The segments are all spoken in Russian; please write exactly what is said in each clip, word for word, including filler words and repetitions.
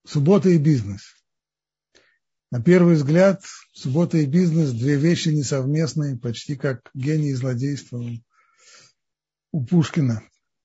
Суббота и бизнес. На первый взгляд, суббота и бизнес – две вещи несовместные, почти как гений и злодейство у Пушкина.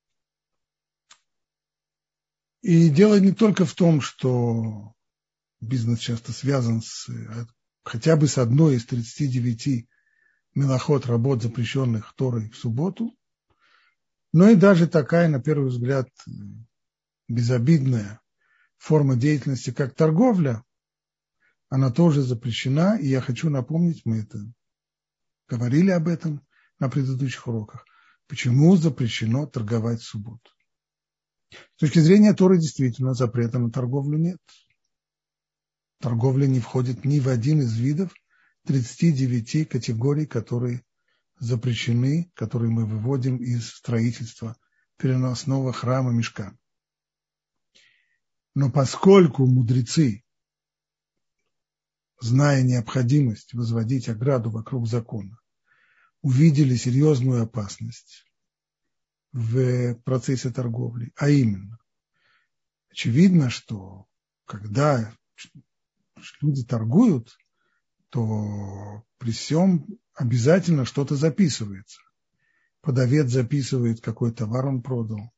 И дело не только в том, что бизнес часто связан с, хотя бы с одной из тридцати девяти мелахот, работ, запрещенных Торой в субботу, но и даже такая, на первый взгляд, безобидная форма деятельности, как торговля, она тоже запрещена, и я хочу напомнить, мы это говорили об этом на предыдущих уроках, почему запрещено торговать в субботу. С точки зрения Торы действительно запрета на торговлю нет. Торговля не входит ни в один из видов тридцати девяти категорий, которые запрещены, которые мы выводим из строительства переносного храма Мишкана. Но поскольку мудрецы, зная необходимость возводить ограду вокруг закона, увидели серьезную опасность в процессе торговли, а именно, очевидно, что когда люди торгуют, то при всем обязательно что-то записывается. Продавец записывает, какой товар он продал,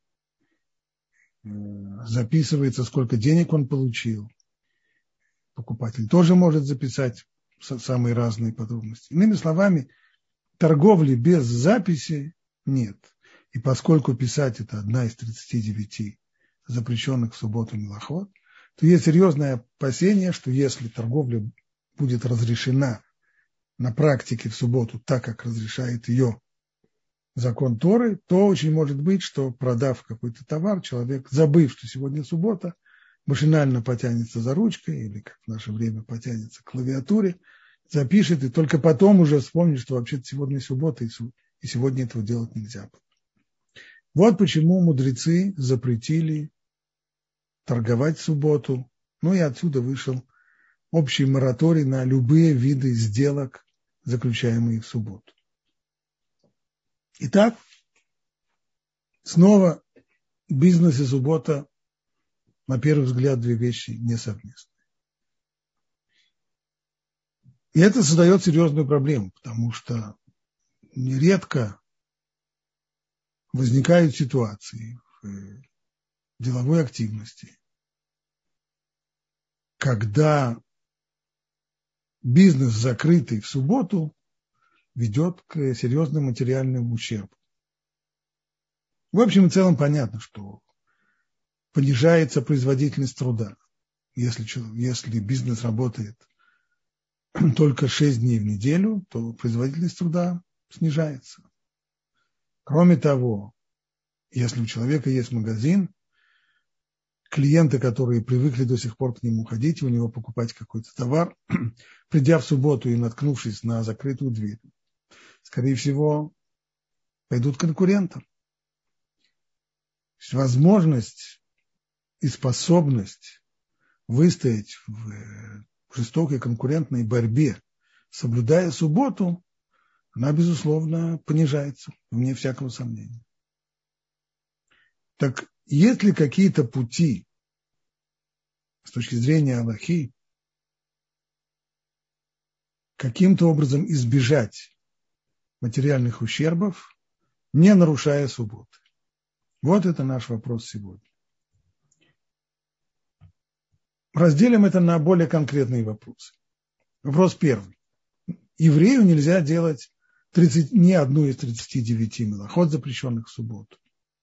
записывается, сколько денег он получил. Покупатель тоже может записать самые разные подробности. Иными словами, торговли без записи нет. И поскольку писать это одна из тридцати девяти запрещенных в субботу мелахот, то есть серьезное опасение, что если торговля будет разрешена на практике в субботу так, как разрешает ее закон Торы, то очень может быть, что, продав какой-то товар, человек, забыв, что сегодня суббота, машинально потянется за ручкой или, как в наше время, потянется к клавиатуре, запишет, и только потом уже вспомнит, что вообще-то сегодня суббота, и сегодня этого делать нельзя. Вот почему мудрецы запретили торговать в субботу, ну и отсюда вышел общий мораторий на любые виды сделок, заключаемые в субботу. Итак, снова бизнес и суббота, на первый взгляд, две вещи несовместные. И это создает серьезную проблему, потому что нередко возникают ситуации в деловой активности, когда бизнес, закрытый в субботу, ведет к серьезным материальным ущербам. В общем и целом понятно, что понижается производительность труда. Если, если бизнес работает только шесть дней в неделю, то производительность труда снижается. Кроме того, если у человека есть магазин, клиенты, которые привыкли до сих пор к нему ходить, у него покупать какой-то товар, придя в субботу и наткнувшись на закрытую дверь, скорее всего, пойдут к конкурентам. Возможность и способность выстоять в жестокой конкурентной борьбе, соблюдая субботу, она, безусловно, понижается, вне всякого сомнения. Так есть ли какие-то пути с точки зрения алахи каким-то образом избежать материальных ущербов, не нарушая субботы? Вот это наш вопрос сегодня. Разделим это на более конкретные вопросы. Вопрос первый. Еврею нельзя делать тридцать, ни одну из тридцати девяти мелахот, запрещенных в субботу.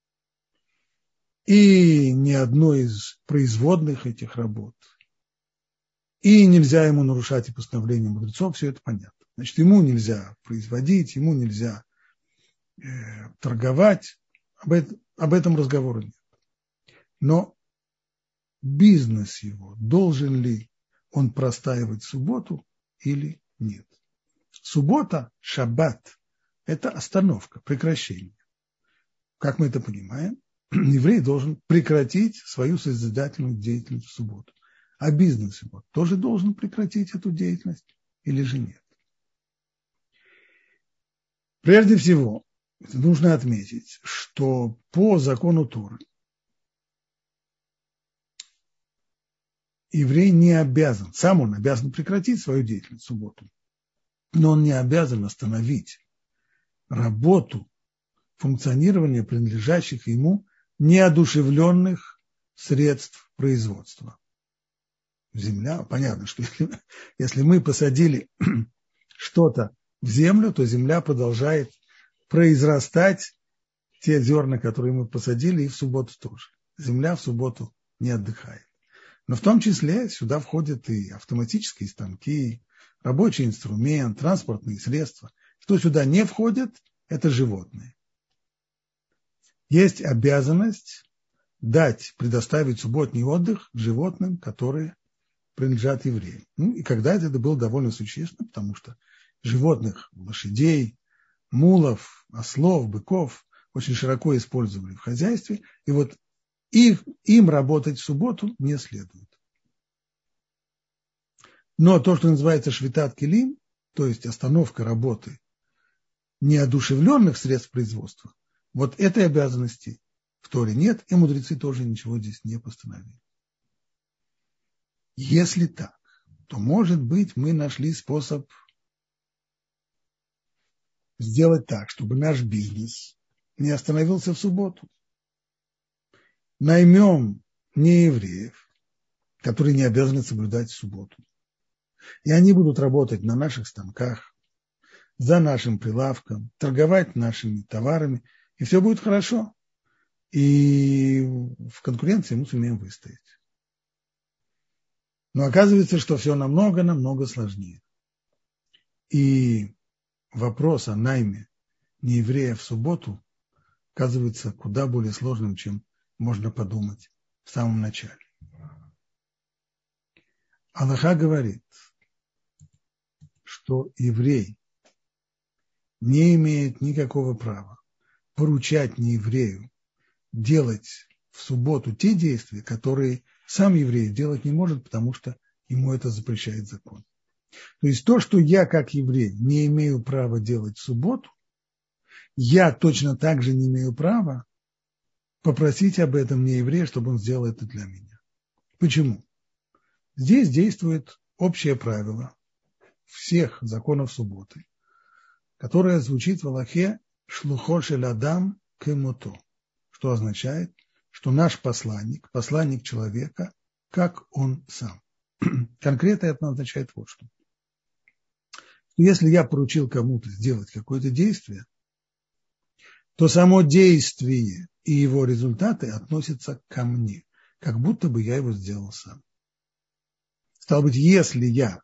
И ни одной из производных этих работ. И нельзя ему нарушать и постановления мудрецов, все это понятно. Значит, ему нельзя производить, ему нельзя э, торговать, об, это, об этом разговора нет. Но бизнес его, должен ли он простаивать в субботу или нет? Суббота, шаббат, это остановка, прекращение. Как мы это понимаем? Еврей должен прекратить свою созидательную деятельность в субботу. А бизнес его тоже должен прекратить эту деятельность или же нет? Прежде всего, нужно отметить, что по закону Торы еврей не обязан, сам он обязан прекратить свою деятельность в субботу, но он не обязан остановить работу, функционирование принадлежащих ему неодушевленных средств производства. Земля, понятно, что если, если мы посадили что-то в землю, то земля продолжает произрастать те зерна, которые мы посадили, и в субботу тоже. Земля в субботу не отдыхает. Но в том числе сюда входят и автоматические станки, рабочий инструмент, транспортные средства. Что сюда не входит, это животные. Есть обязанность дать, предоставить субботний отдых животным, которые принадлежат евреям. Ну, и когда-то это было довольно существенно, потому что животных, лошадей, мулов, ослов, быков очень широко использовали в хозяйстве, и вот их, им работать в субботу не следует. Но то, что называется швитат келим, то есть остановка работы неодушевленных средств производства, вот этой обязанности в Торе нет, и мудрецы тоже ничего здесь не постановили. Если так, то, может быть, мы нашли способ сделать так, чтобы наш бизнес не остановился в субботу. Наймем неевреев, которые не обязаны соблюдать субботу. И они будут работать на наших станках, за нашим прилавком, торговать нашими товарами, и все будет хорошо. И в конкуренции мы сумеем выстоять. Но оказывается, что все намного-намного сложнее. И вопрос о найме нееврея в субботу оказывается куда более сложным, чем можно подумать в самом начале. Алаха говорит, что еврей не имеет никакого права поручать нееврею делать в субботу те действия, которые сам еврей делать не может, потому что ему это запрещает закон. То есть то, что я как еврей не имею права делать в субботу, я точно так же не имею права попросить об этом нееврея, чтобы он сделал это для меня. Почему? Здесь действует общее правило всех законов субботы, которое звучит в Алахе «шлухо шель адам кемото», что означает, что наш посланник, посланник человека, как он сам. Конкретно это означает вот что. Если я поручил кому-то сделать какое-то действие, то само действие и его результаты относятся ко мне, как будто бы я его сделал сам. Стало быть, если я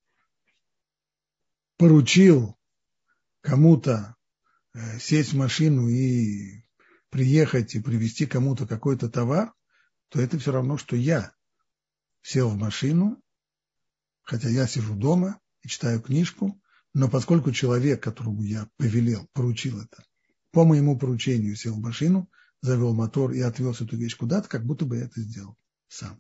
поручил кому-то сесть в машину и приехать и привезти кому-то какой-то товар, то это все равно, что я сел в машину, хотя я сижу дома и читаю книжку, но поскольку человек, которому я повелел, поручил это, по моему поручению сел в машину, завел мотор и отвез эту вещь куда-то, как будто бы я это сделал сам.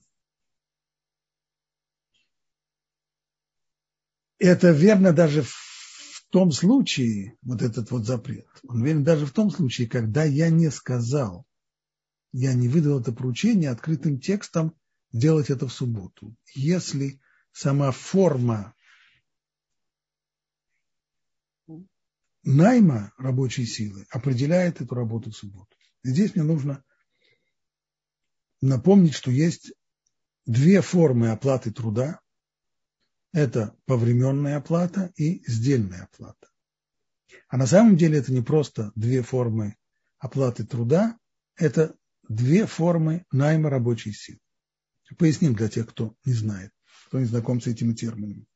Это верно даже в том случае, вот этот вот запрет, он верен даже в том случае, когда я не сказал, я не выдал это поручение открытым текстом делать это в субботу. Если сама форма найма рабочей силы определяет эту работу в субботу. И здесь мне нужно напомнить, что есть две формы оплаты труда. Это повременная оплата и сдельная оплата. А на самом деле это не просто две формы оплаты труда, это две формы найма рабочей силы. Поясним для тех, кто не знает, кто не знаком с этими терминами.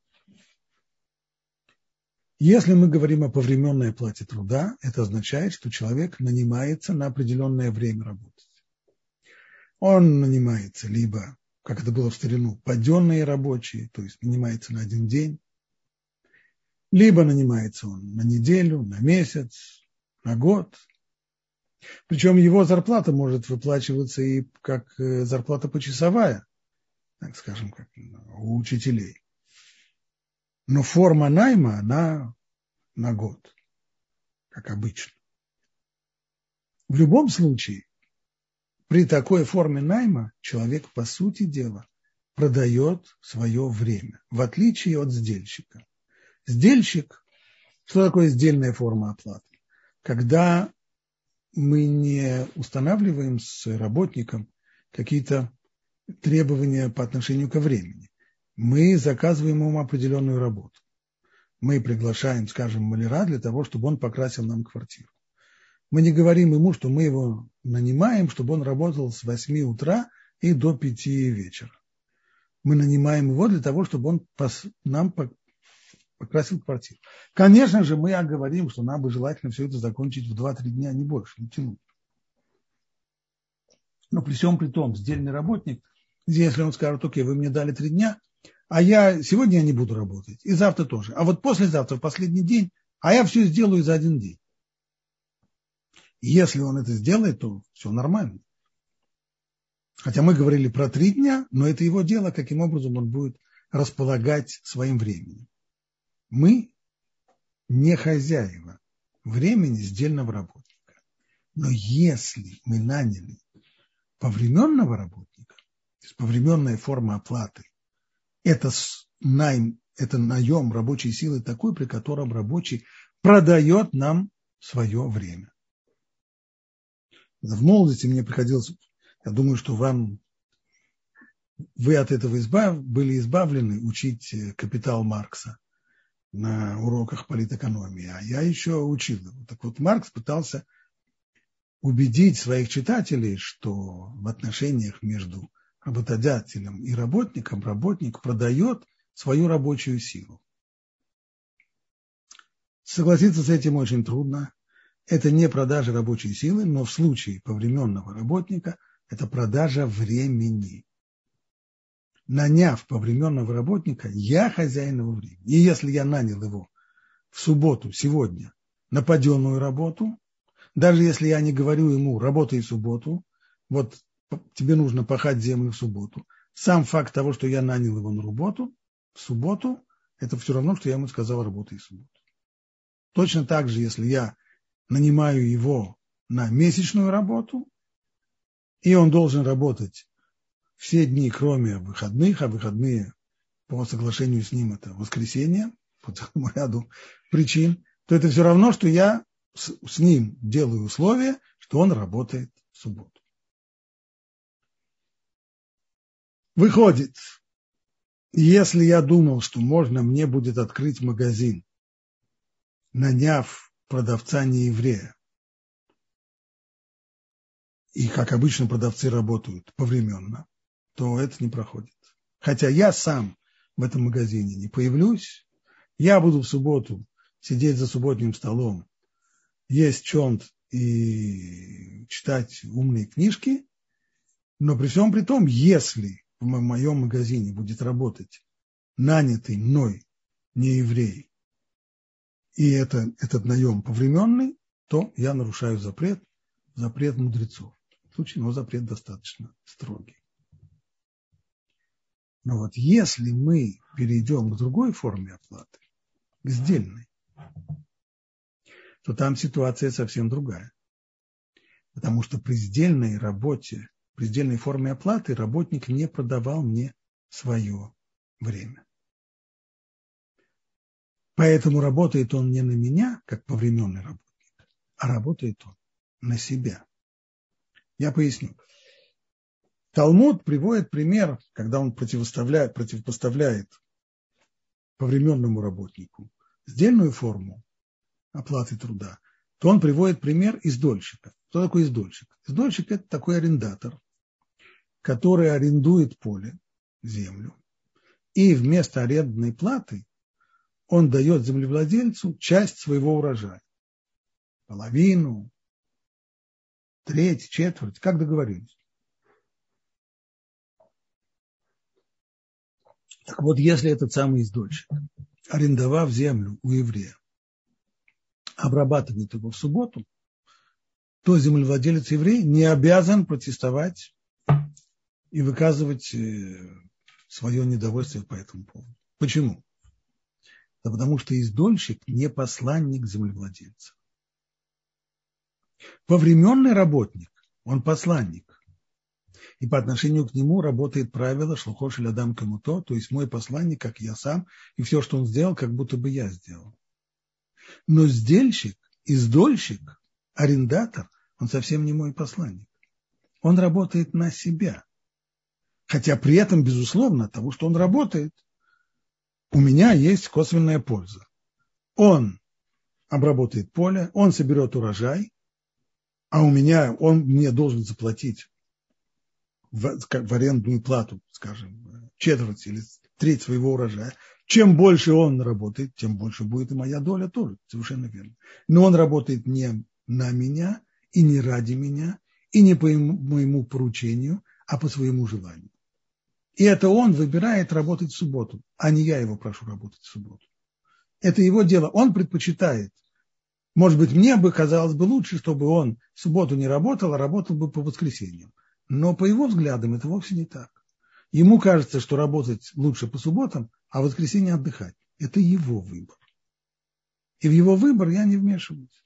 Если мы говорим о повременной оплате труда, это означает, что человек нанимается на определенное время работать. Он нанимается либо, как это было в старину, паденные рабочие, то есть нанимается на один день, либо нанимается он на неделю, на месяц, на год. Причем его зарплата может выплачиваться и как зарплата почасовая, так скажем, как у учителей. Но форма найма, она на год, как обычно. В любом случае, при такой форме найма человек, по сути дела, продает свое время, в отличие от сдельщика. Сдельщик, что такое сдельная форма оплаты? Когда мы не устанавливаем с работником какие-то требования по отношению ко времени. Мы заказываем ему определенную работу. Мы приглашаем, скажем, маляра для того, чтобы он покрасил нам квартиру. Мы не говорим ему, что мы его нанимаем, чтобы он работал с восьми утра и до пяти вечера. Мы нанимаем его для того, чтобы он нам покрасил квартиру. Конечно же, мы говорим, что нам бы желательно все это закончить в два-три дня, не больше, не тянуть. Но при всем при том, сдельный работник, если он скажет, окей, вы мне дали три дня, а я сегодня я не буду работать, и завтра тоже, а вот послезавтра, в последний день, а я все сделаю за один день. Если он это сделает, то все нормально. Хотя мы говорили про три дня, но это его дело, каким образом он будет располагать своим временем. Мы не хозяева времени сдельного работника. Но если мы наняли повременного работника, то есть повременная форма оплаты, это найм, это наем рабочей силы такой, при котором рабочий продает нам свое время. В молодости мне приходилось, я думаю, что вам, вы от этого избав, были избавлены учить «Капитал» Маркса на уроках политэкономии, а я еще учил его. Так вот, Маркс пытался убедить своих читателей, что в отношениях между работодателем и работником работник продает свою рабочую силу. Согласиться с этим очень трудно. Это не продажа рабочей силы, но в случае повременного работника это продажа времени. Наняв повременного работника, я хозяин его времени. И если я нанял его в субботу, сегодня, на паденную работу, даже если я не говорю ему «работай в субботу», вот тебе нужно пахать землю в субботу, сам факт того, что я нанял его на работу в субботу, это все равно, что я ему сказал «работай в субботу». Точно так же, если я нанимаю его на месячную работу, и он должен работать все дни, кроме выходных, а выходные по соглашению с ним это воскресенье, по целому ряду причин, то это все равно, что я с, с ним делаю условие, что он работает в субботу. Выходит, если я думал, что можно мне будет открыть магазин, наняв продавца нееврея, и, как обычно, продавцы работают повременно, то это не проходит. Хотя я сам в этом магазине не появлюсь, я буду в субботу сидеть за субботним столом, есть чонт и читать умные книжки, но при всем при том, если в моем магазине будет работать нанятый мной нееврей, и это, этот наем повременный, то я нарушаю запрет, запрет мудрецов. В случае, но запрет достаточно строгий. Но вот если мы перейдем к другой форме оплаты, к сдельной, то там ситуация совсем другая. Потому что при сдельной работе, при сдельной форме оплаты работник не продавал мне свое время. Поэтому работает он не на меня, как повременный работник, а работает он на себя. Я поясню. Талмуд приводит пример, когда он противопоставляет, противопоставляет повременному работнику сдельную форму оплаты труда, то он приводит пример издольщика. Кто такой издольщик? Издольщик – это такой арендатор, который арендует поле, землю, и вместо арендной платы он дает землевладельцу часть своего урожая. Половину, треть, четверть, как договорились. Так вот, если этот самый издольщик, арендовав землю у еврея, обрабатывает его в субботу, то землевладелец еврей не обязан протестовать и выказывать свое недовольствие по этому поводу. Почему? Да потому что издольщик не посланник землевладельца. Повременный работник, он посланник. И по отношению к нему работает правило шлухош эль адам камуто, то есть мой посланник, как я сам, и все, что он сделал, как будто бы я сделал. Но сдельщик, издольщик, арендатор, он совсем не мой посланник. Он работает на себя. Хотя при этом, безусловно, от того, что он работает, у меня есть косвенная польза. Он обработает поле, он соберет урожай, а у меня он мне должен заплатить в, в арендную плату, скажем, четверть или треть своего урожая. Чем больше он работает, тем больше будет и моя доля тоже, совершенно верно. Но он работает не на меня и не ради меня, и не по моему поручению, а по своему желанию. И это он выбирает работать в субботу, а не я его прошу работать в субботу. Это его дело, он предпочитает. Может быть, мне бы казалось бы лучше, чтобы он в субботу не работал, а работал бы по воскресеньям. Но по его взглядам это вовсе не так. Ему кажется, что работать лучше по субботам, а в воскресенье отдыхать. Это его выбор. И в его выбор я не вмешиваюсь.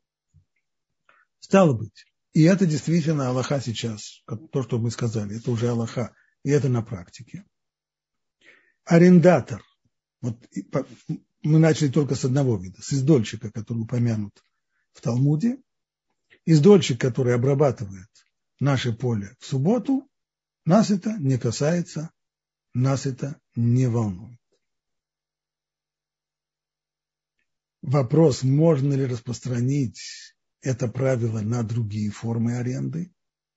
Стало быть, и это действительно алаха сейчас, то, что мы сказали, это уже алаха, и это на практике. Арендатор. Вот мы начали только с одного вида, с издольщика, который упомянут в Талмуде. Издольщик, который обрабатывает наше поле в субботу, нас это не касается, нас это не волнует. Вопрос, можно ли распространить это правило на другие формы аренды,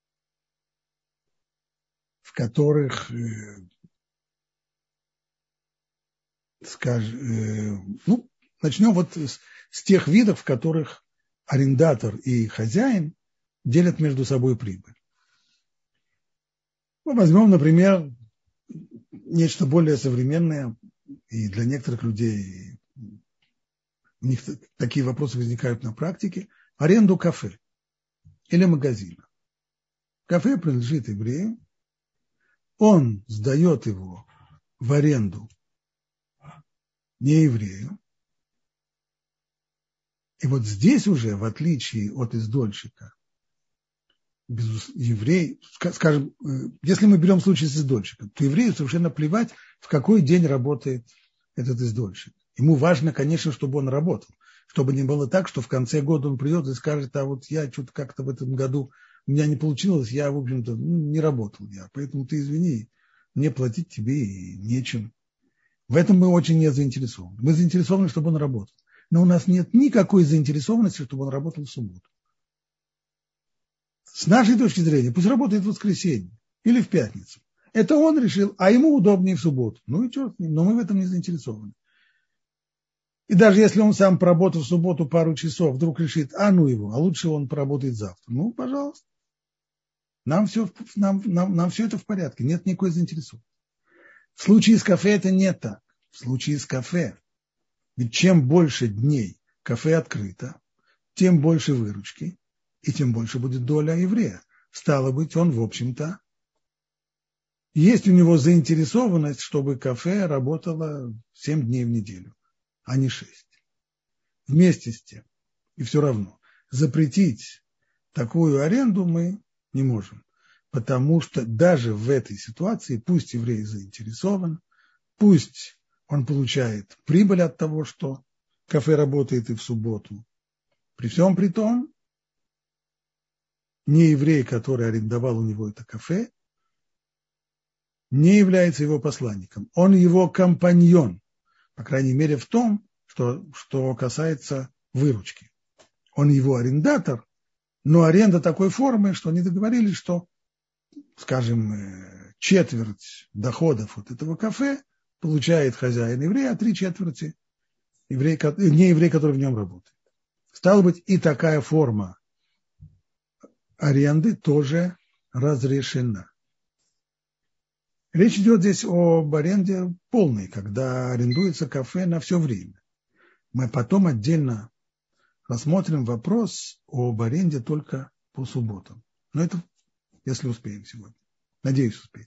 в которых, скажем, ну, начнем вот с, с тех видов, в которых арендатор и хозяин делят между собой прибыль. Ну, возьмем, например, нечто более современное, и для некоторых людей у них такие вопросы возникают на практике, аренду кафе или магазина. Кафе принадлежит еврею, он сдает его в аренду не еврею. И вот здесь уже, в отличие от издольщика, еврей, скажем, если мы берем случай с издольщиком, то еврею совершенно плевать, в какой день работает этот издольщик. Ему важно, конечно, чтобы он работал, чтобы не было так, что в конце года он придет и скажет, а вот я что-то как-то в этом году у меня не получилось, я, в общем-то, ну, не работал я, поэтому ты извини, мне платить тебе и нечем. В этом мы очень не заинтересованы. Мы заинтересованы, чтобы он работал. Но у нас нет никакой заинтересованности, чтобы он работал в субботу. С нашей точки зрения, пусть работает в воскресенье или в пятницу. Это он решил, а ему удобнее в субботу. Ну и черт с ним, но мы в этом не заинтересованы. И даже если он сам поработал в субботу пару часов, вдруг решит, а ну его, а лучше он поработает завтра. Ну, пожалуйста. Нам все, нам, нам, нам все это в порядке, нет никакой заинтересованности. В случае с кафе это не так. В случае с кафе, ведь чем больше дней кафе открыто, тем больше выручки, и тем больше будет доля еврея. Стало быть, он, в общем-то, есть у него заинтересованность, чтобы кафе работало семь дней в неделю, а не шесть. Вместе с тем, и все равно, запретить такую аренду мы не можем, потому что даже в этой ситуации, пусть еврей заинтересован, пусть он получает прибыль от того, что кафе работает и в субботу, при всем при том, не еврей, который арендовал у него это кафе, не является его посланником. Он его компаньон, по крайней мере в том, что, что касается выручки. Он его арендатор, но аренда такой формы, что они договорились, что, скажем, четверть доходов от этого кафе получает хозяин еврея, а три четверти еврей, не еврей, который в нем работает. Стало быть, и такая форма аренды тоже разрешена. Речь идет здесь об аренде полной, когда арендуется кафе на все время. Мы потом отдельно рассмотрим вопрос об аренде только по субботам. Но это если успеем сегодня. Надеюсь, успеть.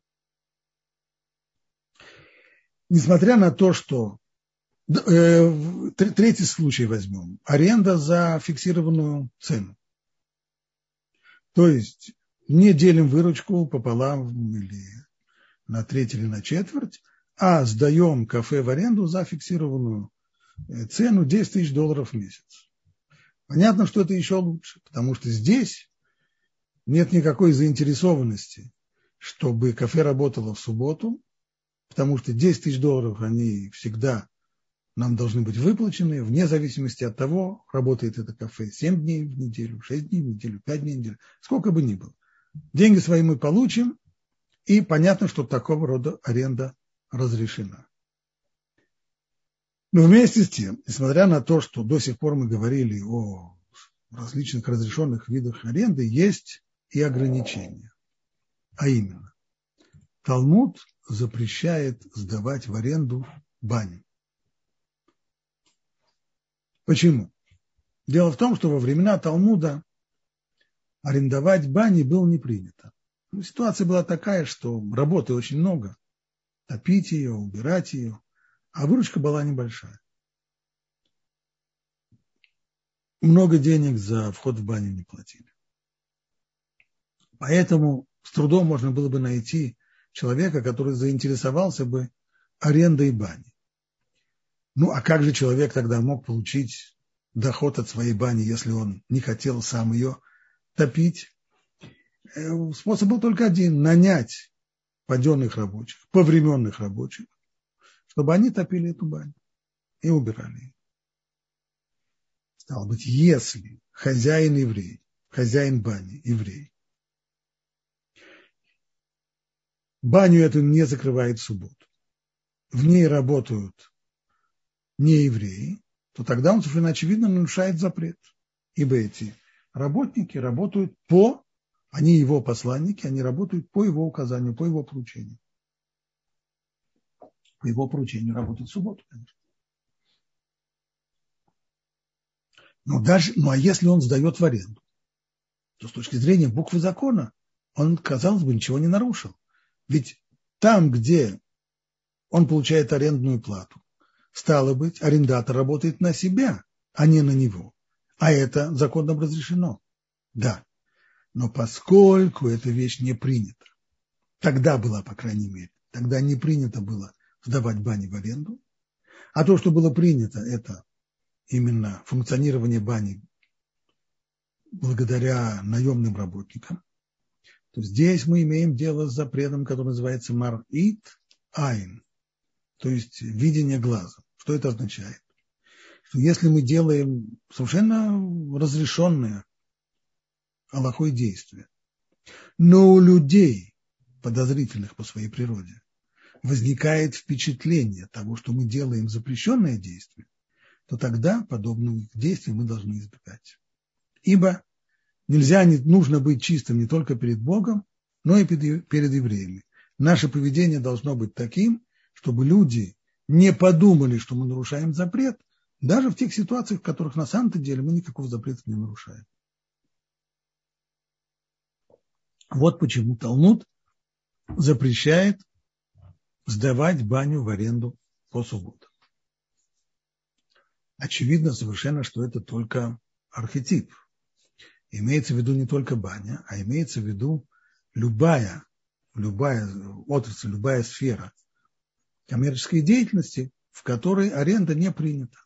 Несмотря на то, что э, третий случай возьмем. Аренда за фиксированную цену. То есть не делим выручку пополам или на треть или на четверть, а сдаем кафе в аренду за фиксированную цену десять тысяч долларов в месяц. Понятно, что это еще лучше, потому что здесь нет никакой заинтересованности, чтобы кафе работало в субботу, потому что десять тысяч долларов, они всегда нам должны быть выплачены, вне зависимости от того, работает это кафе семь дней в неделю, шесть дней в неделю, пять дней в неделю, сколько бы ни было. Деньги свои мы получим, и понятно, что такого рода аренда разрешена. Но вместе с тем, несмотря на то, что до сих пор мы говорили о различных разрешенных видах аренды, есть и ограничения. А именно, Талмуд запрещает сдавать в аренду баню. Почему? Дело в том, что во времена Талмуда арендовать бани было не принято. Ситуация была такая, что работы очень много, топить ее, убирать ее, а выручка была небольшая. Много денег за вход в баню не платили. Поэтому с трудом можно было бы найти человека, который заинтересовался бы арендой бани. Ну, а как же человек тогда мог получить доход от своей бани, если он не хотел сам ее топить? Способ был только один – нанять паденных рабочих, повременных рабочих, чтобы они топили эту баню и убирали ее. Стало быть, если хозяин еврей, хозяин бани еврей, баню эту не закрывает в субботу, в ней работают не евреи, то тогда он совершенно очевидно нарушает запрет. Ибо эти работники работают по, они его посланники, они работают по его указанию, по его поручению. По его поручению работают в субботу, конечно. Но даже, ну а если он сдает в аренду, то с точки зрения буквы закона он, казалось бы, ничего не нарушил. Ведь там, где он получает арендную плату, стало быть, арендатор работает на себя, а не на него. А это законом разрешено. Да. Но поскольку эта вещь не принята, тогда была, по крайней мере, тогда не принято было сдавать бани в аренду, а то, что было принято, это именно функционирование бани благодаря наемным работникам, то здесь мы имеем дело с запретом, который называется мар-ит айн, то есть видение глаза. Что это означает? Что если мы делаем совершенно разрешенное алахой действие, но у людей, подозрительных по своей природе, возникает впечатление того, что мы делаем запрещенное действие, то тогда подобных действий мы должны избегать. Ибо нельзя, не, нужно быть чистым не только перед Богом, но и перед, перед евреями. Наше поведение должно быть таким, чтобы люди не подумали, что мы нарушаем запрет, даже в тех ситуациях, в которых на самом-то деле мы никакого запрета не нарушаем. Вот почему Талмуд запрещает сдавать баню в аренду по субботам. Очевидно совершенно, что это только архетип. Имеется в виду не только баня, а имеется в виду любая, любая отрасль, любая сфера коммерческой деятельности, в которой аренда не принята.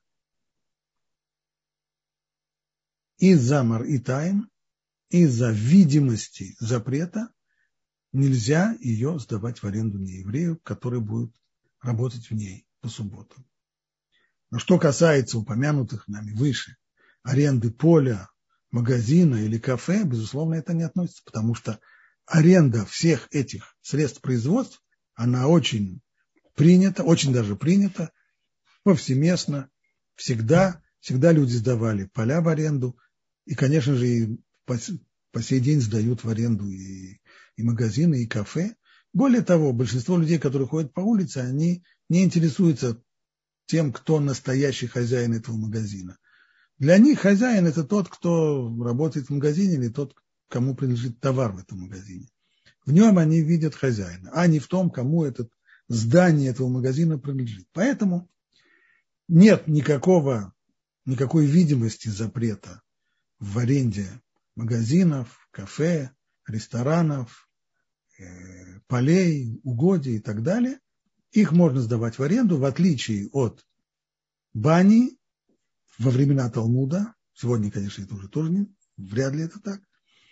Из-за мар-ит айн, из-за видимости запрета нельзя ее сдавать в аренду нееврею, который будет работать в ней по субботам. Но что касается упомянутых нами выше аренды поля, магазина или кафе, безусловно, это не относится, потому что аренда всех этих средств производства, она очень принята, очень даже принята, повсеместно, всегда, всегда люди сдавали поля в аренду, и, конечно же, и по, по сей день сдают в аренду и, и магазины, и кафе. Более того, большинство людей, которые ходят по улице, они не интересуются тем, кто настоящий хозяин этого магазина. Для них хозяин – это тот, кто работает в магазине, или тот, кому принадлежит товар в этом магазине. В нем они видят хозяина, а не в том, кому это здание этого магазина принадлежит. Поэтому нет никакого, никакой видимости запрета в аренде магазинов, кафе, ресторанов, э, полей, угодий и так далее, их можно сдавать в аренду, в отличие от бани во времена Талмуда. Сегодня, конечно, это уже тоже не, вряд ли это так.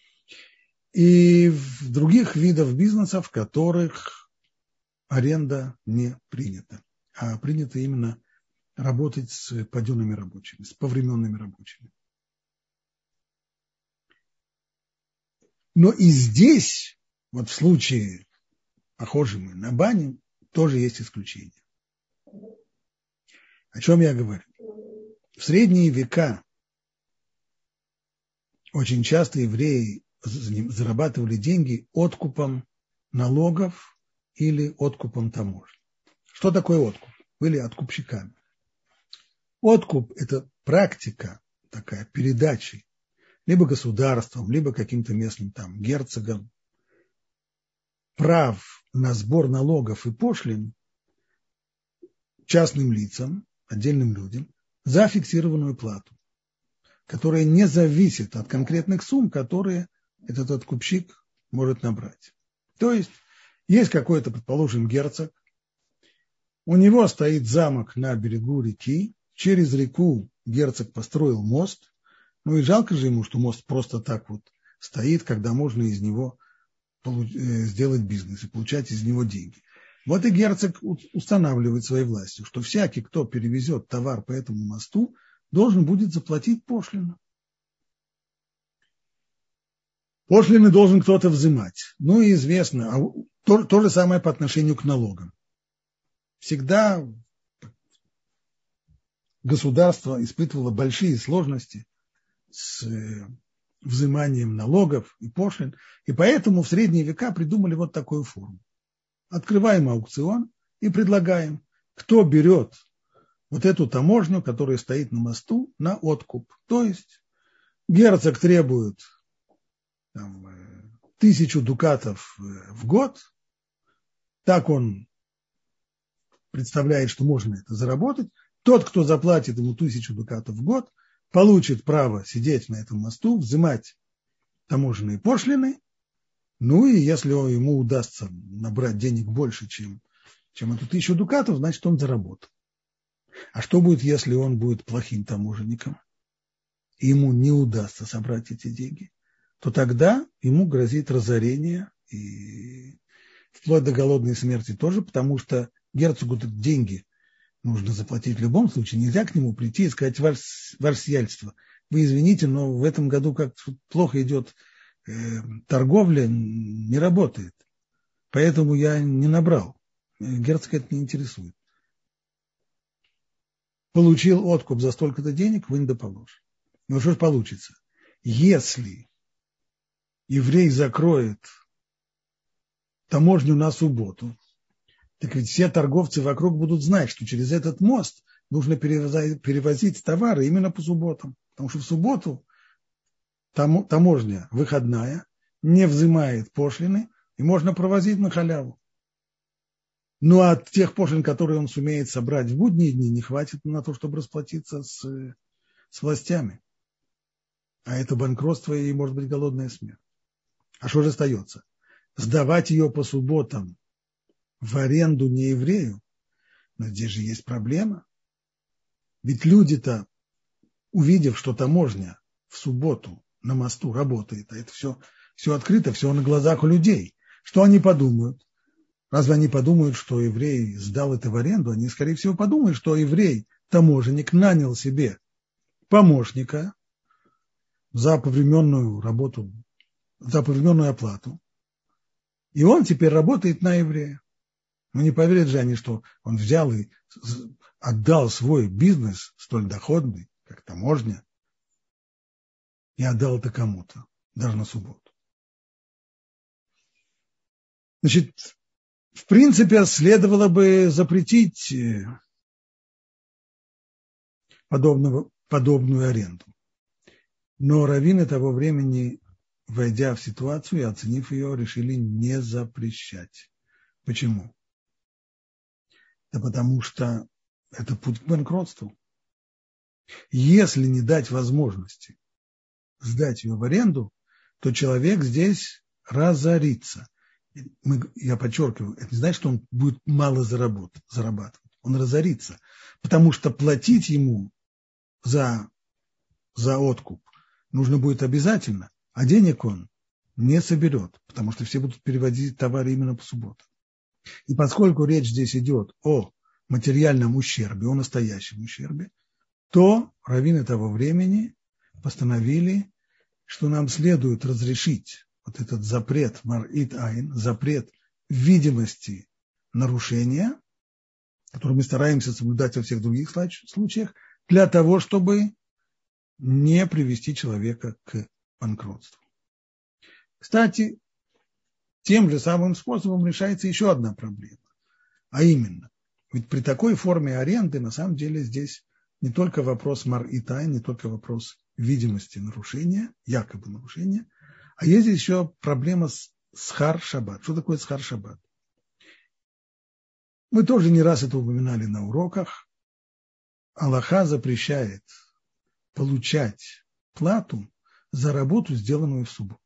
И в других видах бизнеса, в которых аренда не принята, а принято именно работать с паденными рабочими, с повременными рабочими. Но и здесь, вот в случае, похожем на бане, тоже есть исключения. О чем я говорю? В средние века очень часто евреи зарабатывали деньги откупом налогов или откупом таможни. Что такое откуп? Были откупщиками. Откуп – это практика такая передачи либо государством, либо каким-то местным там герцогом прав на сбор налогов и пошлин частным лицам, отдельным людям, за фиксированную плату, которая не зависит от конкретных сумм, которые этот откупщик может набрать. То есть есть какой-то, предположим, герцог, у него стоит замок на берегу реки, через реку герцог построил мост, ну и жалко же ему, что мост просто так вот стоит, когда можно из него сделать бизнес и получать из него деньги. Вот и герцог устанавливает своей властью, что всякий, кто перевезет товар по этому мосту, должен будет заплатить пошлину. Пошлины должен кто-то взимать. Ну и известно, а то, то же самое по отношению к налогам. Всегда государство испытывало большие сложности с взиманием налогов и пошлин, и поэтому в средние века придумали вот такую форму. Открываем аукцион и предлагаем, кто берет вот эту таможню, которая стоит на мосту, на откуп. То есть герцог требует там, тысячу дукатов в год, так он представляет, что можно это заработать. Тот, кто заплатит ему тысячу дукатов в год, получит право сидеть на этом мосту, взимать таможенные пошлины. Ну и если ему удастся набрать денег больше, чем, чем эту тысячу дукатов, значит, он заработал. А что будет, если он будет плохим таможенником, и ему не удастся собрать эти деньги? То тогда ему грозит разорение и вплоть до голодной смерти тоже, потому что герцогу деньги нужно заплатить в любом случае. Нельзя к нему прийти и сказать: ваше сиятельство, вы извините, но в этом году как-то плохо идет э, торговля, не работает. Поэтому я не набрал. Герцог это не интересует. Получил откуп за столько-то денег, вынь да положь. Ну что ж получится? Если еврей закроет таможню на субботу, так ведь все торговцы вокруг будут знать, что через этот мост нужно перевозить, перевозить товары именно по субботам. Потому что в субботу таможня выходная, не взимает пошлины, и можно провозить на халяву. Ну а от тех пошлин, которые он сумеет собрать в будние дни, не хватит на то, чтобы расплатиться с, с властями. А это банкротство и, может быть, голодная смерть. А что же остается? Сдавать ее по субботам в аренду не еврею? Но здесь же есть проблема. Ведь люди-то, увидев, что таможня в субботу на мосту работает, а это все, все открыто, все на глазах у людей, что они подумают? Разве они подумают, что еврей сдал это в аренду? Они, скорее всего, подумают, что еврей, таможенник, нанял себе помощника за повременную работу, за повременную оплату. И он теперь работает на еврея. Ну, не поверят же они, что он взял и отдал свой бизнес, столь доходный, как таможня, и отдал это кому-то, даже на субботу. Значит, в принципе, следовало бы запретить подобного, подобную аренду. Но раввины того времени, войдя в ситуацию и оценив ее, решили не запрещать. Почему? Да потому что это путь к банкротству. Если не дать возможности сдать ее в аренду, то человек здесь разорится. Мы, я подчеркиваю, это не значит, что он будет мало заработ, зарабатывать. Он разорится, потому что платить ему за, за откуп нужно будет обязательно, а денег он не соберет, потому что все будут переводить товары именно по субботам. И поскольку речь здесь идет о материальном ущербе, о настоящем ущербе, то раввины того времени постановили, что нам следует разрешить вот этот запрет мар'ит айн, запрет видимости нарушения, который мы стараемся соблюдать во всех других случаях, для того, чтобы не привести человека к банкротству. Кстати, тем же самым способом решается еще одна проблема, а именно, ведь при такой форме аренды на самом деле здесь не только вопрос мар'ит айн, не только вопрос видимости нарушения, якобы нарушения, а есть здесь еще проблема с схар шаббат. Что такое схар шаббат? Мы тоже не раз это упоминали на уроках. Алаха запрещает получать плату за работу, сделанную в субботу.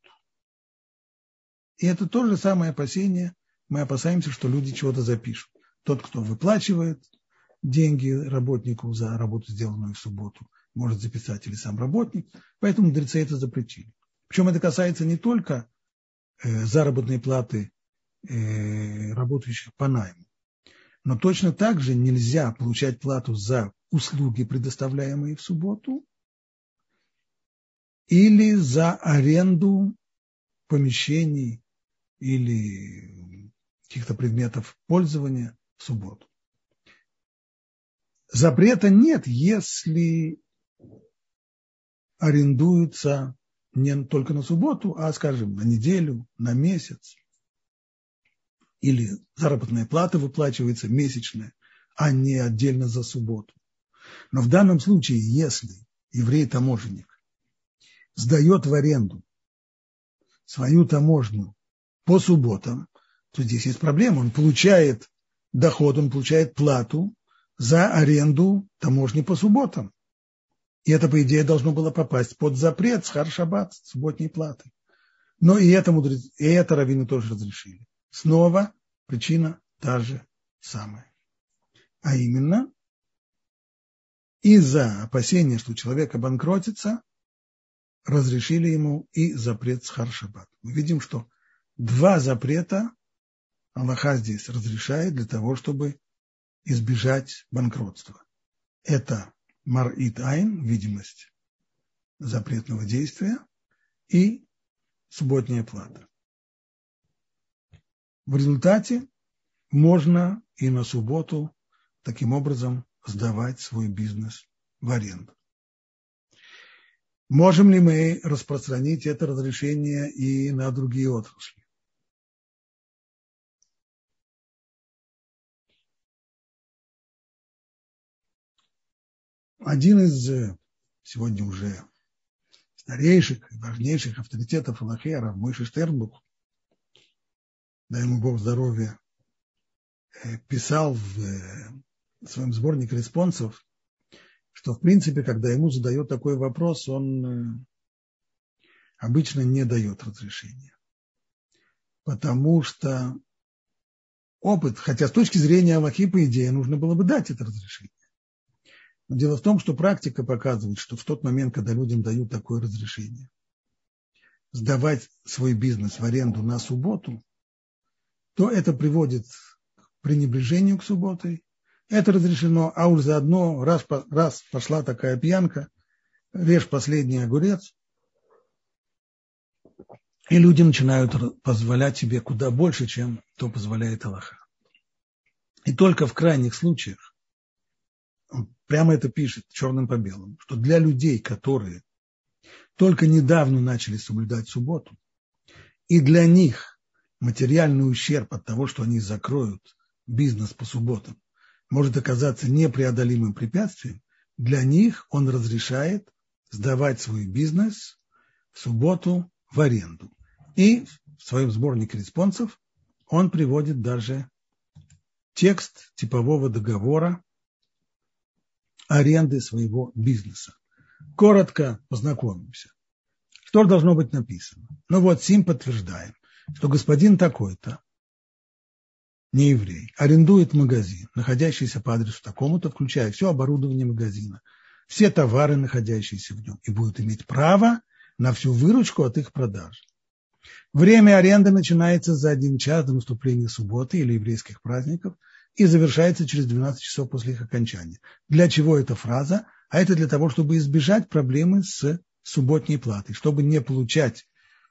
И это то же самое опасение. Мы опасаемся, что люди чего-то запишут. Тот, кто выплачивает деньги работнику за работу, сделанную в субботу, может записать или сам работник. Поэтому мудрецы это запретили. Причем это касается не только э, заработной платы э, работающих по найму, но точно так же нельзя получать плату за услуги, предоставляемые в субботу, или за аренду помещений или каких-то предметов пользования в субботу. Запрета нет, если арендуется не только на субботу, а, скажем, на неделю, на месяц. Или заработная плата выплачивается месячная, а не отдельно за субботу. Но в данном случае, если еврей-таможенник сдает в аренду свою таможню по субботам, то здесь есть проблема. Он получает доход, он получает плату за аренду таможни по субботам. И это, по идее, должно было попасть под запрет схар шаббат, субботней платы. Но и это, мудрец, и это раввины тоже разрешили. Снова причина та же самая. А именно, из-за опасения, что человек обанкротится, разрешили ему и запрет схар шаббат. Мы видим, что два запрета Аллаха здесь разрешает для того, чтобы избежать банкротства. Это мар'ит айн, видимость запретного действия, и субботняя плата. В результате можно и на субботу таким образом сдавать свой бизнес в аренду. Можем ли мы распространить это разрешение и на другие отрасли? Один из сегодня уже старейших и важнейших авторитетов Алахи, рав Мойше Штернбух, дай ему Бог здоровья, писал в своем сборнике респонсов, что, в принципе, когда ему задают такой вопрос, он обычно не дает разрешения. Потому что опыт, хотя с точки зрения Алахи, по идее, нужно было бы дать это разрешение. Но дело в том, что практика показывает, что в тот момент, когда людям дают такое разрешение, сдавать свой бизнес в аренду на субботу, то это приводит к пренебрежению к субботе. Это разрешено, а уж заодно, раз, раз пошла такая пьянка, режь последний огурец, и люди начинают позволять себе куда больше, чем то позволяет Аллаха. И только в крайних случаях, он прямо это пишет черным по белому, что для людей, которые только недавно начали соблюдать субботу, и для них материальный ущерб от того, что они закроют бизнес по субботам, может оказаться непреодолимым препятствием, для них он разрешает сдавать свой бизнес в субботу в аренду. И в своем сборнике респонсов он приводит даже текст типового договора аренды своего бизнеса. Коротко познакомимся. Что должно быть написано? Ну вот, сим подтверждаем, что господин такой-то, не еврей, арендует магазин, находящийся по адресу такому-то, включая все оборудование магазина, все товары, находящиеся в нем, и будет иметь право на всю выручку от их продажи. Время аренды начинается за один час до наступления субботы или еврейских праздников и завершается через двенадцать часов после их окончания. Для чего эта фраза? А это для того, чтобы избежать проблемы с субботней платой. Чтобы не получать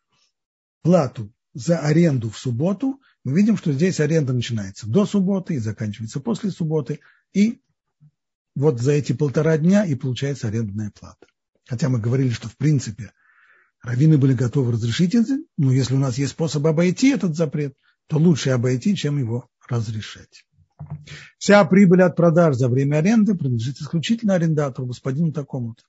плату за аренду в субботу, мы видим, что здесь аренда начинается до субботы и заканчивается после субботы. И вот за эти полтора дня и получается арендная плата. Хотя мы говорили, что в принципе раввины были готовы разрешить это, но если у нас есть способ обойти этот запрет, то лучше обойти, чем его разрешать. Вся прибыль от продаж за время аренды принадлежит исключительно арендатору, господину такому-то.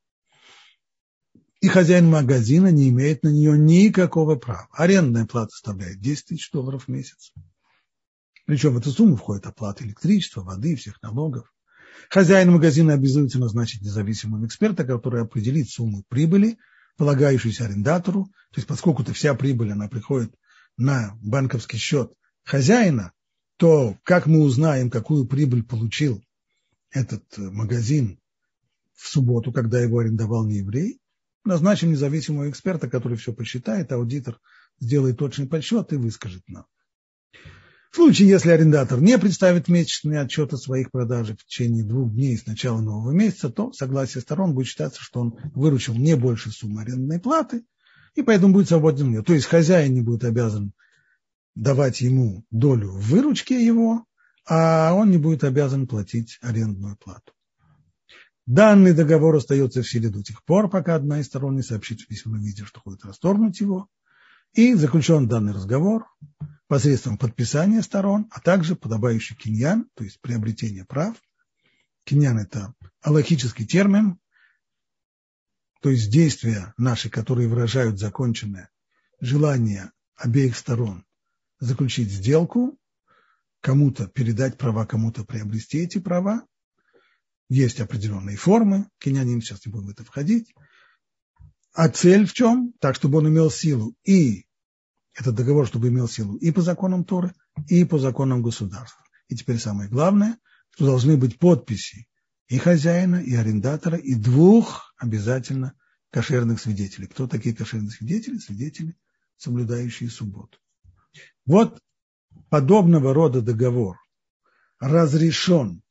И хозяин магазина не имеет на нее никакого права. Арендная плата составляет десять тысяч долларов в месяц. Причем в эту сумму входит оплата электричества, воды, всех налогов. Хозяин магазина обязуется назначить независимого эксперта, который определит сумму прибыли, полагающуюся арендатору. То есть поскольку-то вся прибыль она приходит на банковский счет хозяина, то как мы узнаем, какую прибыль получил этот магазин в субботу, когда его арендовал не еврей? Назначим независимого эксперта, который все посчитает, аудитор сделает точный подсчет и выскажет нам. В случае, если арендатор не представит месячный отчет о своих продажах в течение двух дней с начала нового месяца, то в согласии сторон будет считаться, что он выручил не больше суммы арендной платы, и поэтому будет свободен у него. То есть хозяин не будет обязан давать ему долю в выручке его, а он не будет обязан платить арендную плату. Данный договор остается в силе до тех пор, пока одна из сторон не сообщит в письменном виде, что хочет расторгнуть его, и заключен данный разговор посредством подписания сторон, а также подобающий киньян, то есть приобретение прав. Киньян – это алахический термин, то есть действия наши, которые выражают законченное желание обеих сторон заключить сделку, кому-то передать права, кому-то приобрести эти права. Есть определенные формы, киньяним, сейчас не будем в это входить. А цель в чем? Так, чтобы он имел силу, и этот договор, чтобы имел силу и по законам Торы, и по законам государства. И теперь самое главное, что должны быть подписи и хозяина, и арендатора, и двух обязательно кошерных свидетелей. Кто такие кошерные свидетели? Свидетели, соблюдающие субботу. Вот подобного рода договор разрешен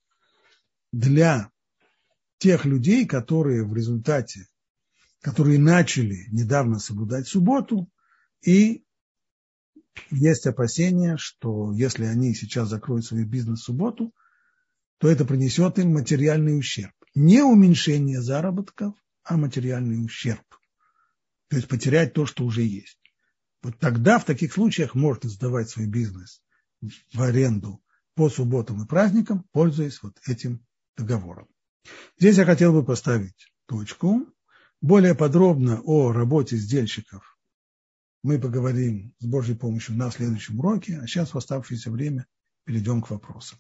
для тех людей, которые в результате, которые начали недавно соблюдать субботу, и есть опасения, что если они сейчас закроют свой бизнес в субботу, то это принесет им материальный ущерб. Не уменьшение заработков, а материальный ущерб. То есть потерять то, что уже есть. Вот тогда в таких случаях можно сдавать свой бизнес в аренду по субботам и праздникам, пользуясь вот этим договором. Здесь я хотел бы поставить точку. Более подробно о работе сдельщиков мы поговорим с Божьей помощью на следующем уроке, а сейчас в оставшееся время перейдем к вопросам.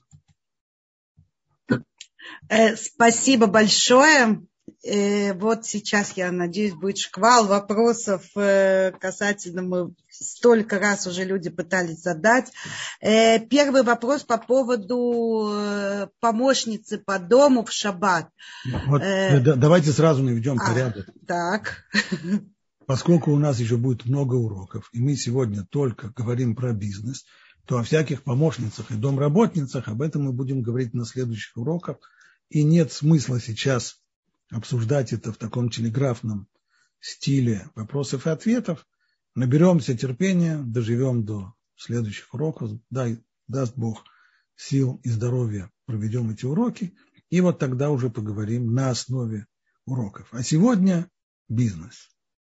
Спасибо большое. Вот сейчас, я надеюсь, будет шквал вопросов касательно, мы столько раз уже люди пытались задать. Первый вопрос по поводу помощницы по дому в шаббат. Вот, давайте сразу наведем а, порядок. Так. Поскольку у нас еще будет много уроков, и мы сегодня только говорим про бизнес, то о всяких помощницах и домработницах об этом мы будем говорить на следующих уроках. И нет смысла сейчас обсуждать это в таком телеграфном стиле вопросов и ответов. Наберемся терпения, доживем до следующих уроков. Дай, даст Бог сил и здоровья, проведем эти уроки. И вот тогда уже поговорим на основе уроков. А сегодня бизнес.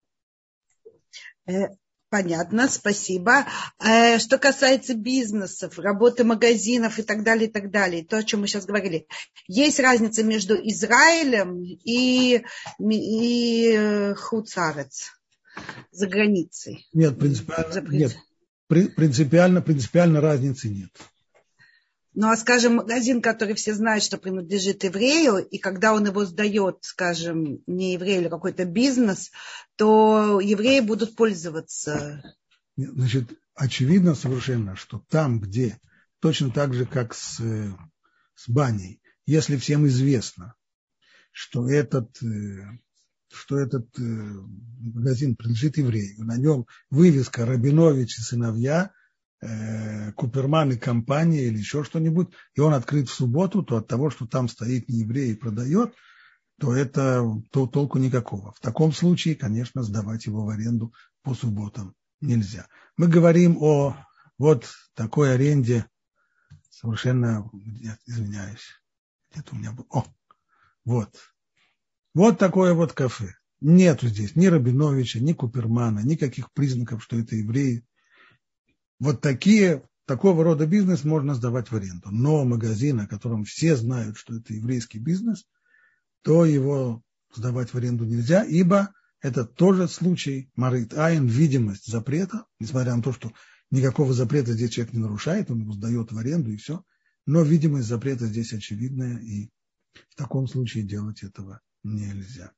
Понятно, спасибо. Что касается бизнесов, работы магазинов и так далее, и так далее, то, о чем мы сейчас говорили, есть разница между Израилем и, и Хуцарец, за границей? Нет, принципиально, нет, принципиально, принципиально разницы нет. Ну, а, скажем, магазин, который все знают, что принадлежит еврею, и когда он его сдает, скажем, не еврею или какой-то бизнес, то евреи будут пользоваться. Значит, очевидно совершенно, что там, где точно так же, как с, с баней, если всем известно, что этот, что этот магазин принадлежит еврею, на нем вывеска «Рабинович и сыновья», Куперман и компания или еще что-нибудь, и он открыт в субботу, то от того, что там стоит не еврей и продает, то это то толку никакого. В таком случае, конечно, сдавать его в аренду по субботам нельзя. Мы говорим о вот такой аренде, совершенно, извиняюсь, где-то у меня был, о, вот, вот такое вот кафе. Нету здесь ни Рабиновича, ни Купермана, никаких признаков, что это евреи. Вот такие, такого рода бизнес можно сдавать в аренду. Но магазин, о котором все знают, что это еврейский бизнес, то его сдавать в аренду нельзя, ибо это тоже случай марит айн, видимость запрета, несмотря на то, что никакого запрета здесь человек не нарушает, он его сдает в аренду и все, но видимость запрета здесь очевидная, и в таком случае делать этого нельзя.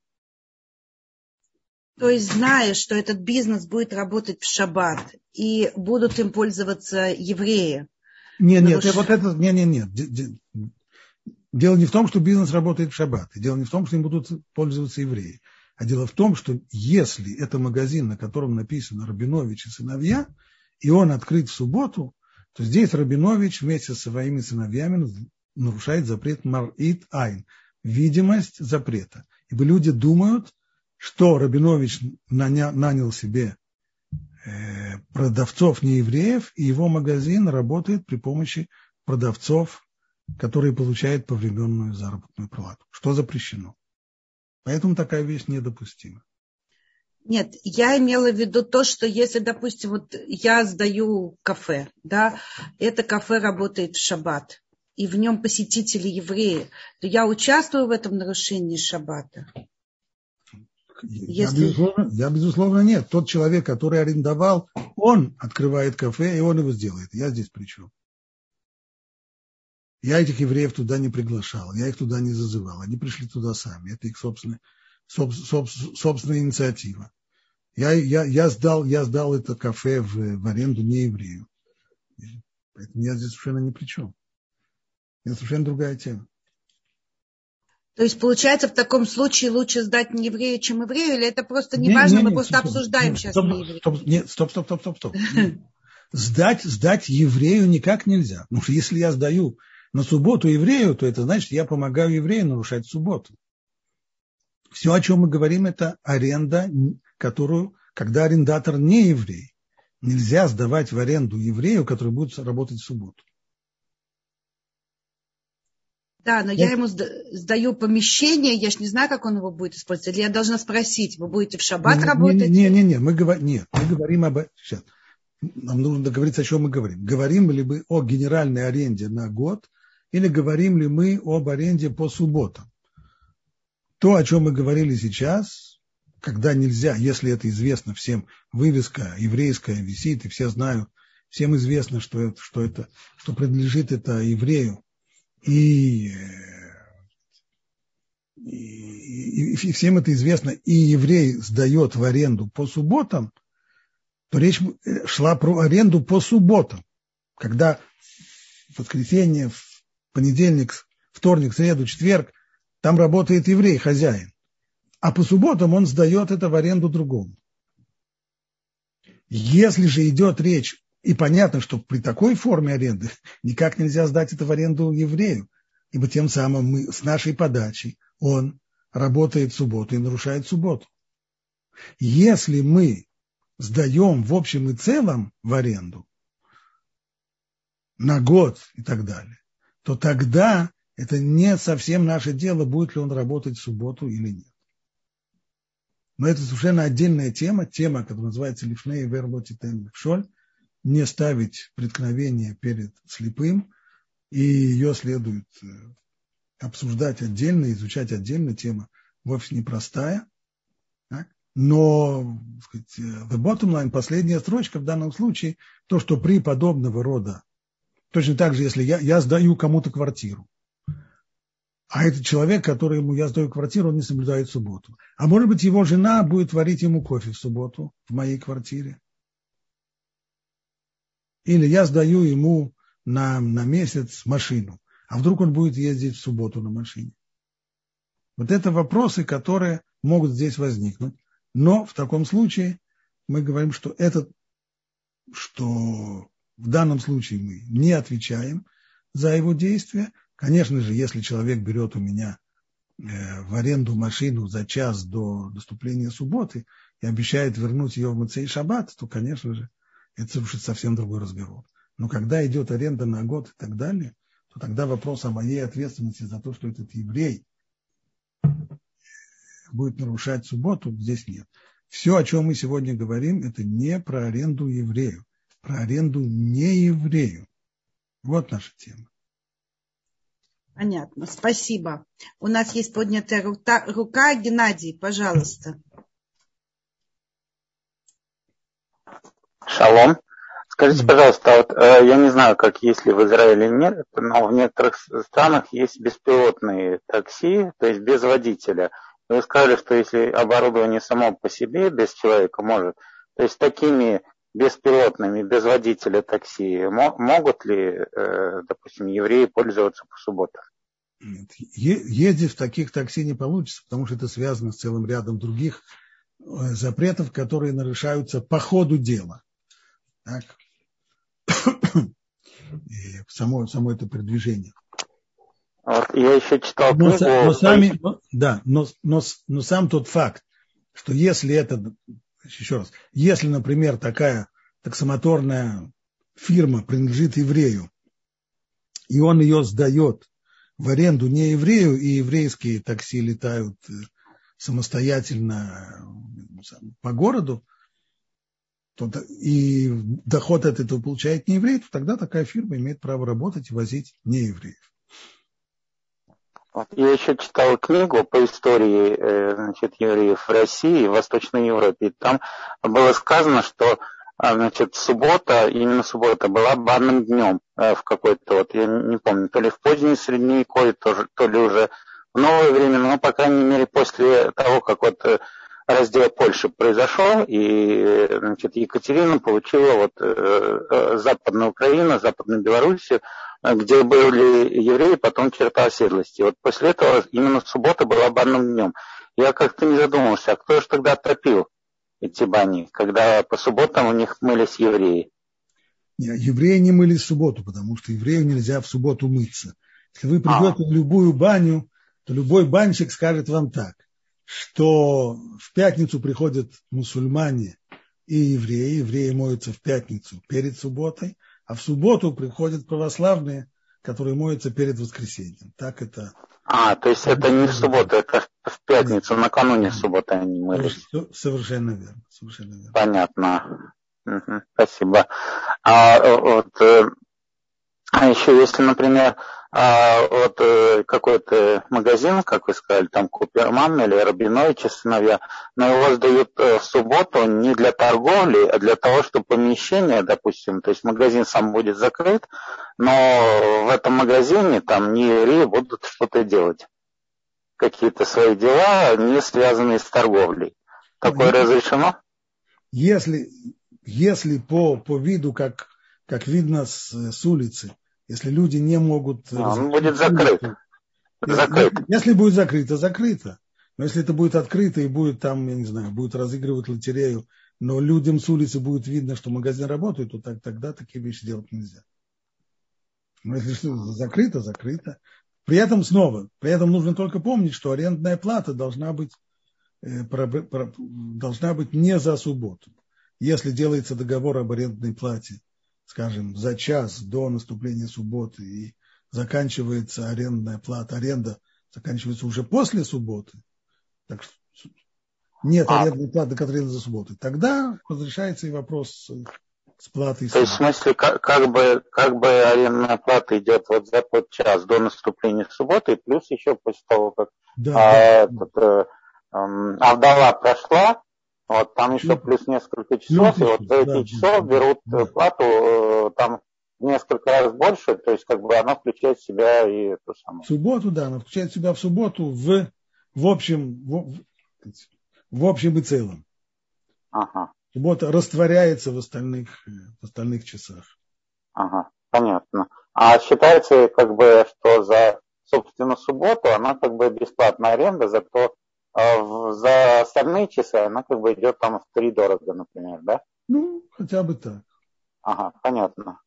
То есть, зная, что этот бизнес будет работать в шаббат, и будут им пользоваться евреи. Нет, нет, наруш... вот это, нет, нет, нет. Дело не в том, что бизнес работает в шаббат, дело не в том, что им будут пользоваться евреи, а дело в том, что если это магазин, на котором написано Рабинович и сыновья, и он открыт в субботу, то здесь Рабинович вместе со своими сыновьями нарушает запрет марит айн, видимость запрета. Ибо люди думают, что Рабинович нанял себе продавцов неевреев, и его магазин работает при помощи продавцов, которые получают повременную заработную плату, что запрещено. Поэтому такая вещь недопустима. Нет, я имела в виду то, что если, допустим, вот я сдаю кафе, да, это кафе работает в шаббат, и в нем посетители евреи, то я участвую в этом нарушении шаббата. Я, Если... безусловно, я, безусловно, нет. Тот человек, который арендовал, он открывает кафе, и он его сделает. Я здесь при чем? Я этих евреев туда не приглашал, я их туда не зазывал. Они пришли туда сами. Это их собственная, соб, соб, собственная инициатива. Я, я, я, сдал, я сдал это кафе в, в аренду не еврею. Поэтому я здесь совершенно ни при чем. Это совершенно другая тема. То есть, получается, в таком случае лучше сдать не еврею, чем еврею, или это просто не, не важно, не, не, мы просто стоп, обсуждаем нет, сейчас стоп, не еврею? Стоп, нет, стоп, стоп, стоп, стоп, стоп. Сдать, сдать еврею никак нельзя. Потому что если я сдаю на субботу еврею, то это значит, я помогаю еврею нарушать субботу. Все, о чем мы говорим, это аренда, которую, когда арендатор не еврей, нельзя сдавать в аренду еврею, который будет работать в субботу. Да, но вот. Я ему сдаю помещение, я ж не знаю, как он его будет использовать. Или я должна спросить, вы будете в шаббат не, работать? Не, не, не, мы говорим, нет, мы говорим об... Сейчас. Нам нужно договориться, о чем мы говорим. Говорим ли мы о генеральной аренде на год, или говорим ли мы об аренде по субботам? То, о чем мы говорили сейчас, когда нельзя, если это известно всем, вывеска еврейская висит, и все знают, всем известно, что это, что это, что принадлежит это еврею, и, и, и всем это известно, и еврей сдает в аренду по субботам, то речь шла про аренду по субботам, когда в воскресенье, в понедельник, вторник, среду, четверг там работает еврей, хозяин, а по субботам он сдает это в аренду другому. Если же идет речь, и понятно, что при такой форме аренды никак нельзя сдать это в аренду еврею, ибо тем самым мы с нашей подачей он работает в субботу и нарушает субботу. Если мы сдаем в общем и целом в аренду на год и так далее, то тогда это не совсем наше дело, будет ли он работать в субботу или нет. Но это совершенно отдельная тема, тема, которая называется «Лифней вербот титен михшоль», не ставить преткновение перед слепым, и ее следует обсуждать отдельно, изучать отдельно, тема вовсе непростая. Так? Но, так сказать, the bottom line, последняя строчка в данном случае, то, что при подобного рода, точно так же, если я, я сдаю кому-то квартиру, а этот человек, которому я сдаю квартиру, он не соблюдает субботу. А может быть, его жена будет варить ему кофе в субботу в моей квартире. Или я сдаю ему на, на месяц машину, а вдруг он будет ездить в субботу на машине. Вот это вопросы, которые могут здесь возникнуть. Но в таком случае мы говорим, что, это, что в данном случае мы не отвечаем за его действия. Конечно же, если человек берет у меня в аренду машину за час до наступления субботы и обещает вернуть ее в Моцей Шаббат, то, конечно же, это уже совсем другой разговор. Но когда идет аренда на год и так далее, то тогда вопрос о моей ответственности за то, что этот еврей будет нарушать субботу, здесь нет. Все, о чем мы сегодня говорим, это не про аренду еврею, про аренду не еврею. Вот наша тема. Понятно, спасибо. У нас есть поднятая рука, рука. Геннадий, пожалуйста. Шалом. Скажите, пожалуйста, вот, э, я не знаю, как есть ли в Израиле или нет, но в некоторых странах есть беспилотные такси, то есть без водителя. Вы сказали, что если оборудование само по себе, без человека может, то есть такими беспилотными, без водителя такси, могут ли, э, допустим, евреи пользоваться по субботам? Ездить в таких такси не получится, потому что это связано с целым рядом других запретов, которые нарушаются по ходу дела. Так. И само, само это передвижение. Вот, я еще читал но, книгу... Но, сами, но, да, но, но, но сам тот факт, что если это, еще раз, если, например, такая таксомоторная фирма принадлежит еврею, и он ее сдает в аренду не еврею, и еврейские такси летают самостоятельно по городу, то, и доход от этого получает не еврей, то тогда такая фирма имеет право работать и возить не евреев. Вот, я еще читал книгу по истории значит, евреев в России и в Восточной Европе. И там было сказано, что значит, суббота, именно суббота, была банным днем в какой-то, вот я не помню, то ли в позднее средневековье, то, то ли уже в новое время, но, по крайней мере, после того, как вот раздел Польши произошел, и значит, Екатерина получила вот, э, Западную Украину, Западную Белоруссию, где были евреи, потом черта оседлости. Вот после этого именно суббота была банным днем. Я как-то не задумался, а кто же тогда топил эти бани, когда по субботам у них мылись евреи? Нет, евреи не мылись в субботу, потому что еврею нельзя в субботу мыться. Если вы придете а. в любую баню, то любой банщик скажет вам так, что в пятницу приходят мусульмане и евреи, евреи моются в пятницу перед субботой, а в субботу приходят православные, которые моются перед воскресеньем. Так это... А, то есть это не в субботу, это в пятницу, да. Накануне субботы они мылись. Совершенно верно. Совершенно верно. Понятно. Угу, спасибо. А вот... А еще если, например, вот какой-то магазин, как вы сказали, там Куперман или Рабиновича сыновья, но его сдают в субботу не для торговли, а для того, чтобы помещение, допустим, то есть магазин сам будет закрыт, но в этом магазине там не евреи будут что-то делать, какие-то свои дела, не связанные с торговлей. Такое разрешено? Если, если по, по виду, как как видно с, с улицы, если люди не могут... А, он будет закрыт. закрыт. Если, если будет закрыто, закрыто. Но если это будет открыто и будет там, я не знаю, будет разыгрывать лотерею, но людям с улицы будет видно, что магазин работает, то так, тогда такие вещи делать нельзя. Но если что, закрыто, закрыто. При этом снова, при этом нужно только помнить, что арендная плата должна быть, э, про, про, должна быть не за субботу. Если делается договор об арендной плате, скажем, за час до наступления субботы и заканчивается арендная плата, аренда заканчивается уже после субботы, так что нет а. арендной платы, которая за субботу, тогда разрешается и вопрос с платой. То есть, в смысле, как, как, бы, как бы арендная плата идет вот за тот час до наступления субботы, и плюс еще после того, как да, а, да. Этот, э, э, Авдала прошла, вот там еще плюс несколько часов, плюс и вот за эти да, часов да, берут да. плату э, там несколько раз больше, то есть как бы она включает в себя и то самое. В субботу, да, она включает в себя в субботу в, в общем в, в общем и целом. Ага. Суббота растворяется в остальных, в остальных часах. Ага, понятно. А считается, как бы, что за, собственно, субботу она как бы бесплатная аренда, зато э, в- за остальные часы она как бы идет там в три дорого, например, да? Ну, хотя бы так. Ага, понятно.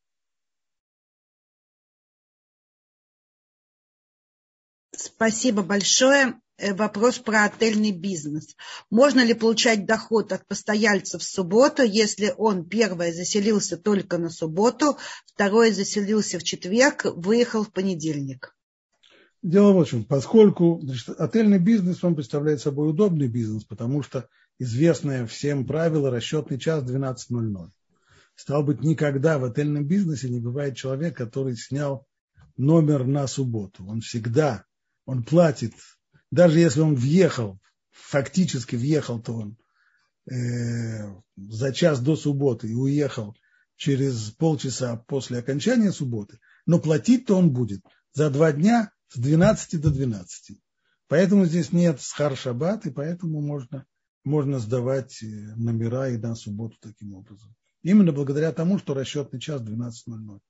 Спасибо большое. Э, Вопрос про отельный бизнес. Можно ли получать доход от постояльцев в субботу, если он, первое, заселился только на субботу, второе, заселился в четверг, выехал в понедельник? Дело вот в чем. Поскольку значит, отельный бизнес, он представляет собой удобный бизнес, потому что известное всем правило расчетный час двенадцать ноль ноль. Стало быть, никогда в отельном бизнесе не бывает человек, который снял номер на субботу. Он всегда, он платит, даже если он въехал, фактически въехал-то он э, за час до субботы и уехал через полчаса после окончания субботы, но платить-то он будет за два дня с двенадцати до двенадцати. Поэтому здесь нет схар шаббат, и поэтому можно, можно сдавать номера и на субботу таким образом. Именно благодаря тому, что расчетный час двенадцать ноль ноль.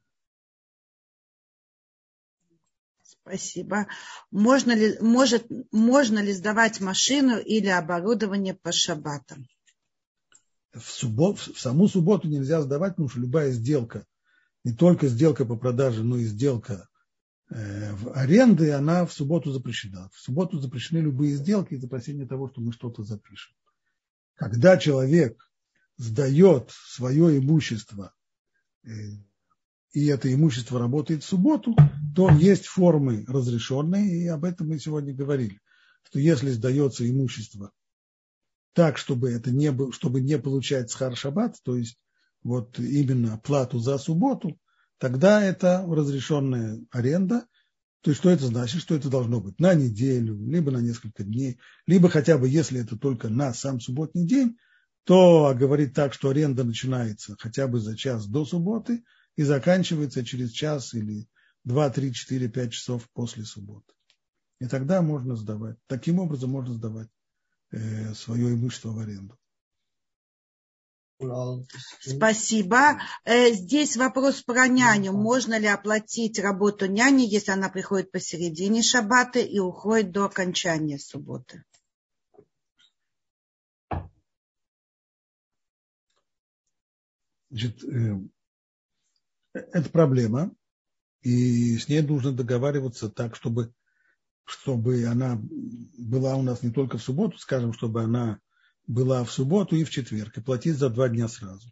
Спасибо. Можно ли, может, можно ли сдавать машину или оборудование по шаббатам? В, суббот, в саму субботу нельзя сдавать, потому что любая сделка, не только сделка по продаже, но и сделка э, в аренды, она в субботу запрещена. В субботу запрещены любые сделки из опасения того, что мы что-то запишем. Когда человек сдает свое имущество, э, и это имущество работает в субботу, то есть формы разрешенные, и об этом мы сегодня говорили, что если сдается имущество так, чтобы это не было, чтобы не получать схар шаббат, то есть вот именно плату за субботу, тогда это разрешенная аренда. То есть что это значит? Что это должно быть на неделю, либо на несколько дней, либо хотя бы, если это только на сам субботний день, то говорит так, что аренда начинается хотя бы за час до субботы и заканчивается через час или два, три, четыре, пять часов после субботы. И тогда можно сдавать. Таким образом можно сдавать э, свое имущество в аренду. Спасибо. Э, Здесь вопрос про няню. Можно ли оплатить работу няни, если она приходит посередине шаббата и уходит до окончания субботы? Значит, э, это проблема, и с ней нужно договариваться так, чтобы, чтобы она была у нас не только в субботу, скажем, чтобы она была в субботу и в четверг, и платить за два дня сразу.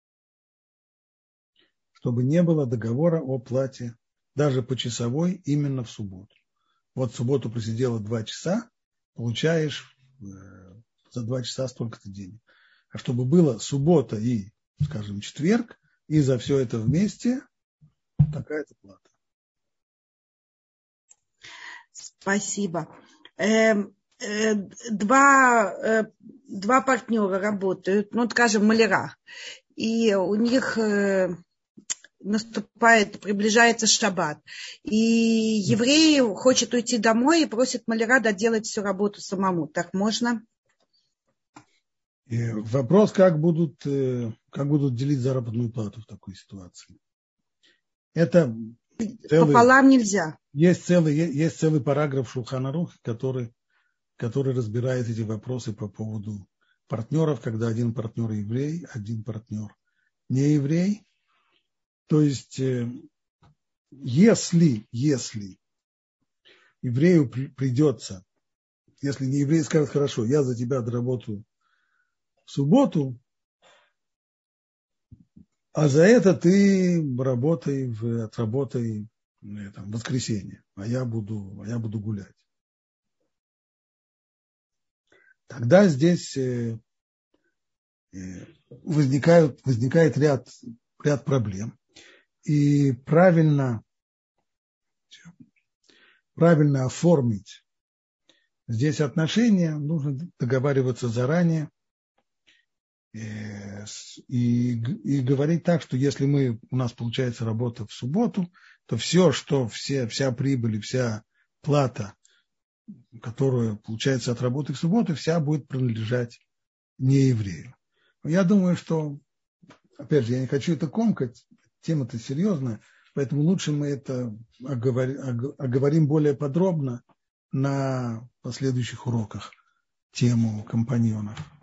Чтобы не было договора о плате даже почасовой именно в субботу. Вот в субботу просидела два часа, получаешь э, за два часа столько-то денег. А чтобы было суббота и, скажем, четверг, и за все это вместе такая-то плата. Спасибо. Э, э, два, э, два партнера работают, ну, скажем, маляра, и у них э, наступает, приближается шаббат, и еврей хочет уйти домой и просит маляра доделать всю работу самому. Так можно? И вопрос, как будут, как будут делить заработную плату в такой ситуации. Это целый, пополам нельзя. Есть целый, есть целый параграф Шулхан Арух, который, который разбирает эти вопросы по поводу партнеров, когда один партнер еврей, один партнер не еврей. То есть, если, если еврею придется, если не еврей скажет, хорошо, я за тебя доработаю в субботу, а за это ты работай, в, отработай там, в воскресенье, а я буду, а я буду гулять. Тогда здесь э, э, возникают, возникает ряд, ряд проблем. И правильно, правильно оформить здесь отношения, нужно договариваться заранее. И, и говорить так, что если мы, у нас получается работа в субботу, то все, что все, вся прибыль, вся плата, которая получается от работы в субботу, вся будет принадлежать не еврею. Я думаю, что, опять же, я не хочу это комкать, тема-то серьезная, поэтому лучше мы это оговорим, оговорим более подробно на последующих уроках, тему компаньонов.